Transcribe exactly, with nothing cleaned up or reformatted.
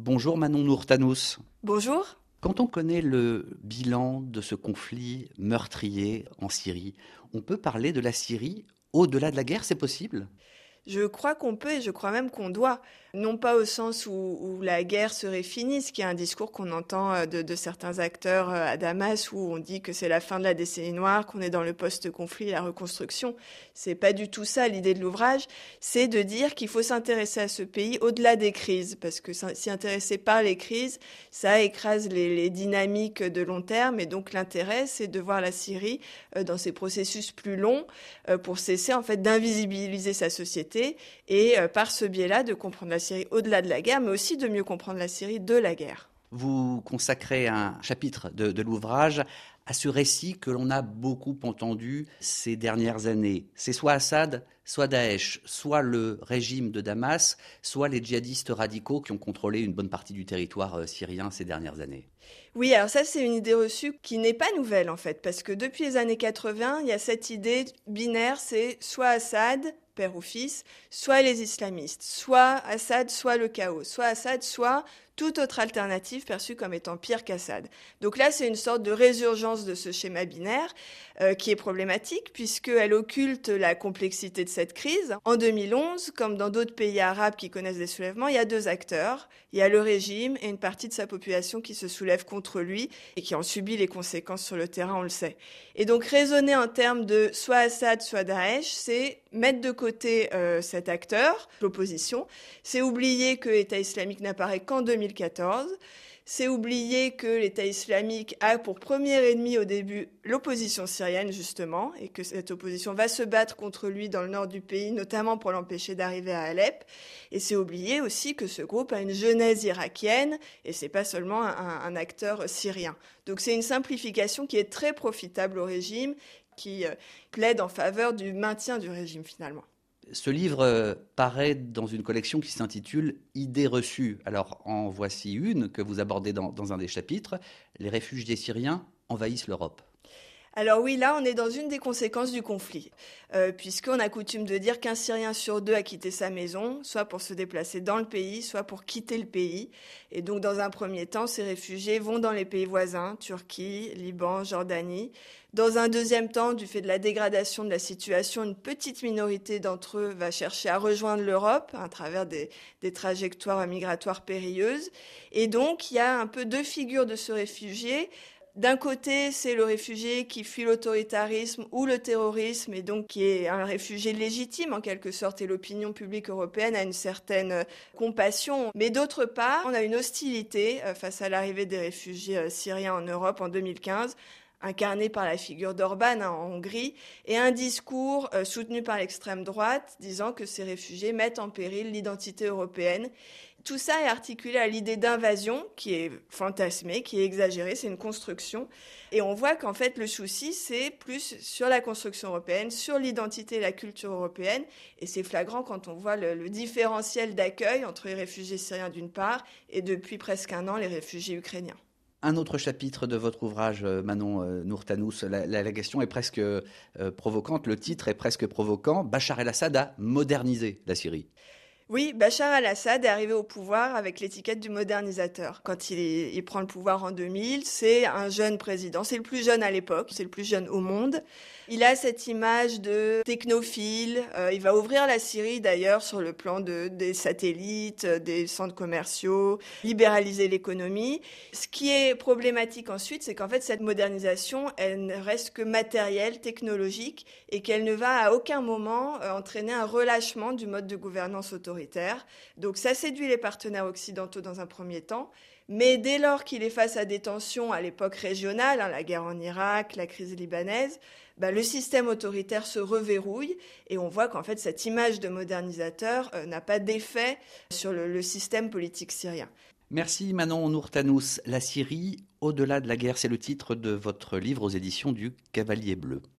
Bonjour Manon Nourtanous. Bonjour. Quand on connaît le bilan de ce conflit meurtrier en Syrie, on peut parler de la Syrie au-delà de la guerre, c'est possible ? Je crois qu'on peut et je crois même qu'on doit. Non pas au sens où, où la guerre serait finie, ce qui est un discours qu'on entend de, de certains acteurs à Damas, où on dit que c'est la fin de la décennie noire, qu'on est dans le post-conflit et la reconstruction. C'est pas du tout ça l'idée de l'ouvrage. C'est de dire qu'il faut s'intéresser à ce pays au-delà des crises, parce que s'y intéresser par les crises, ça écrase les, les dynamiques de long terme. Et donc l'intérêt, c'est de voir la Syrie dans ces processus plus longs pour cesser en fait d'invisibiliser sa société et par ce biais-là de comprendre la Syrie au-delà de la guerre, mais aussi de mieux comprendre la Syrie de la guerre. Vous consacrez un chapitre de, de l'ouvrage à ce récit que l'on a beaucoup entendu ces dernières années. C'est soit Assad, soit Daesh, soit le régime de Damas, soit les djihadistes radicaux qui ont contrôlé une bonne partie du territoire syrien ces dernières années. Oui, alors ça, c'est une idée reçue qui n'est pas nouvelle, en fait, parce que depuis les années quatre-vingts, il y a cette idée binaire, c'est soit Assad, père ou fils, soit les islamistes, soit Assad, soit le chaos, soit Assad, soit toute autre alternative perçue comme étant pire qu'Assad. Donc là, c'est une sorte de résurgence de ce schéma binaire euh, qui est problématique puisqu'elle occulte la complexité de cette crise. En deux mille onze, comme dans d'autres pays arabes qui connaissent des soulèvements, il y a deux acteurs. Il y a le régime et une partie de sa population qui se soulève contre lui et qui en subit les conséquences sur le terrain, on le sait. Et donc raisonner en termes de soit Assad, soit Daesh, c'est mettre de côté euh, cet acteur, l'opposition. C'est oublier que l'État islamique n'apparaît qu'en deux mille quatorze. C'est oublier que l'État islamique a pour premier ennemi au début l'opposition syrienne, justement, et que cette opposition va se battre contre lui dans le nord du pays, notamment pour l'empêcher d'arriver à Alep. Et c'est oublier aussi que ce groupe a une genèse irakienne, et c'est pas seulement un, un acteur syrien. Donc c'est une simplification qui est très profitable au régime, qui euh, plaide en faveur du maintien du régime, finalement. Ce livre paraît dans une collection qui s'intitule « Idées reçues ». Alors, en voici une que vous abordez dans, dans un des chapitres. Les réfugiés syriens envahissent l'Europe. Alors oui, là, on est dans une des conséquences du conflit, euh, puisqu'on a coutume de dire qu'un Syrien sur deux a quitté sa maison, soit pour se déplacer dans le pays, soit pour quitter le pays. Et donc, dans un premier temps, ces réfugiés vont dans les pays voisins, Turquie, Liban, Jordanie. Dans un deuxième temps, du fait de la dégradation de la situation, une petite minorité d'entre eux va chercher à rejoindre l'Europe à travers des, des trajectoires migratoires périlleuses. Et donc, il y a un peu deux figures de ce réfugié. D'un côté, c'est le réfugié qui fuit l'autoritarisme ou le terrorisme et donc qui est un réfugié légitime en quelque sorte et l'opinion publique européenne a une certaine compassion. Mais d'autre part, on a une hostilité face à l'arrivée des réfugiés syriens en Europe en deux mille quinze, incarné par la figure d'Orban hein, en Hongrie, et un discours euh, soutenu par l'extrême droite disant que ces réfugiés mettent en péril l'identité européenne. Tout ça est articulé à l'idée d'invasion qui est fantasmée, qui est exagérée, c'est une construction. Et on voit qu'en fait le souci c'est plus sur la construction européenne, sur l'identité et la culture européenne. Et c'est flagrant quand on voit le, le différentiel d'accueil entre les réfugiés syriens d'une part et depuis presque un an les réfugiés ukrainiens. Un autre chapitre de votre ouvrage, Manon Nourtanous, la, la, la question est presque euh, provocante, le titre est presque provoquant. Bachar el-Assad a modernisé la Syrie. Oui, Bachar el-Assad est arrivé au pouvoir avec l'étiquette du modernisateur. Quand il, est, il prend le pouvoir en deux mille, c'est un jeune président. C'est le plus jeune à l'époque, c'est le plus jeune au monde. Il a cette image de technophile. Euh, il va ouvrir la Syrie d'ailleurs sur le plan de, des satellites, des centres commerciaux, libéraliser l'économie. Ce qui est problématique ensuite, c'est qu'en fait cette modernisation, elle ne reste que matérielle, technologique, et qu'elle ne va à aucun moment euh, entraîner un relâchement du mode de gouvernance autoritaire. Donc ça séduit les partenaires occidentaux dans un premier temps, mais dès lors qu'il est face à des tensions à l'époque régionale, hein, la guerre en Irak, la crise libanaise, bah, le système autoritaire se reverrouille et on voit qu'en fait cette image de modernisateur euh, n'a pas d'effet sur le, le système politique syrien. Merci Manon Nourtanous. La Syrie, au-delà de la guerre, c'est le titre de votre livre aux éditions du Cavalier Bleu.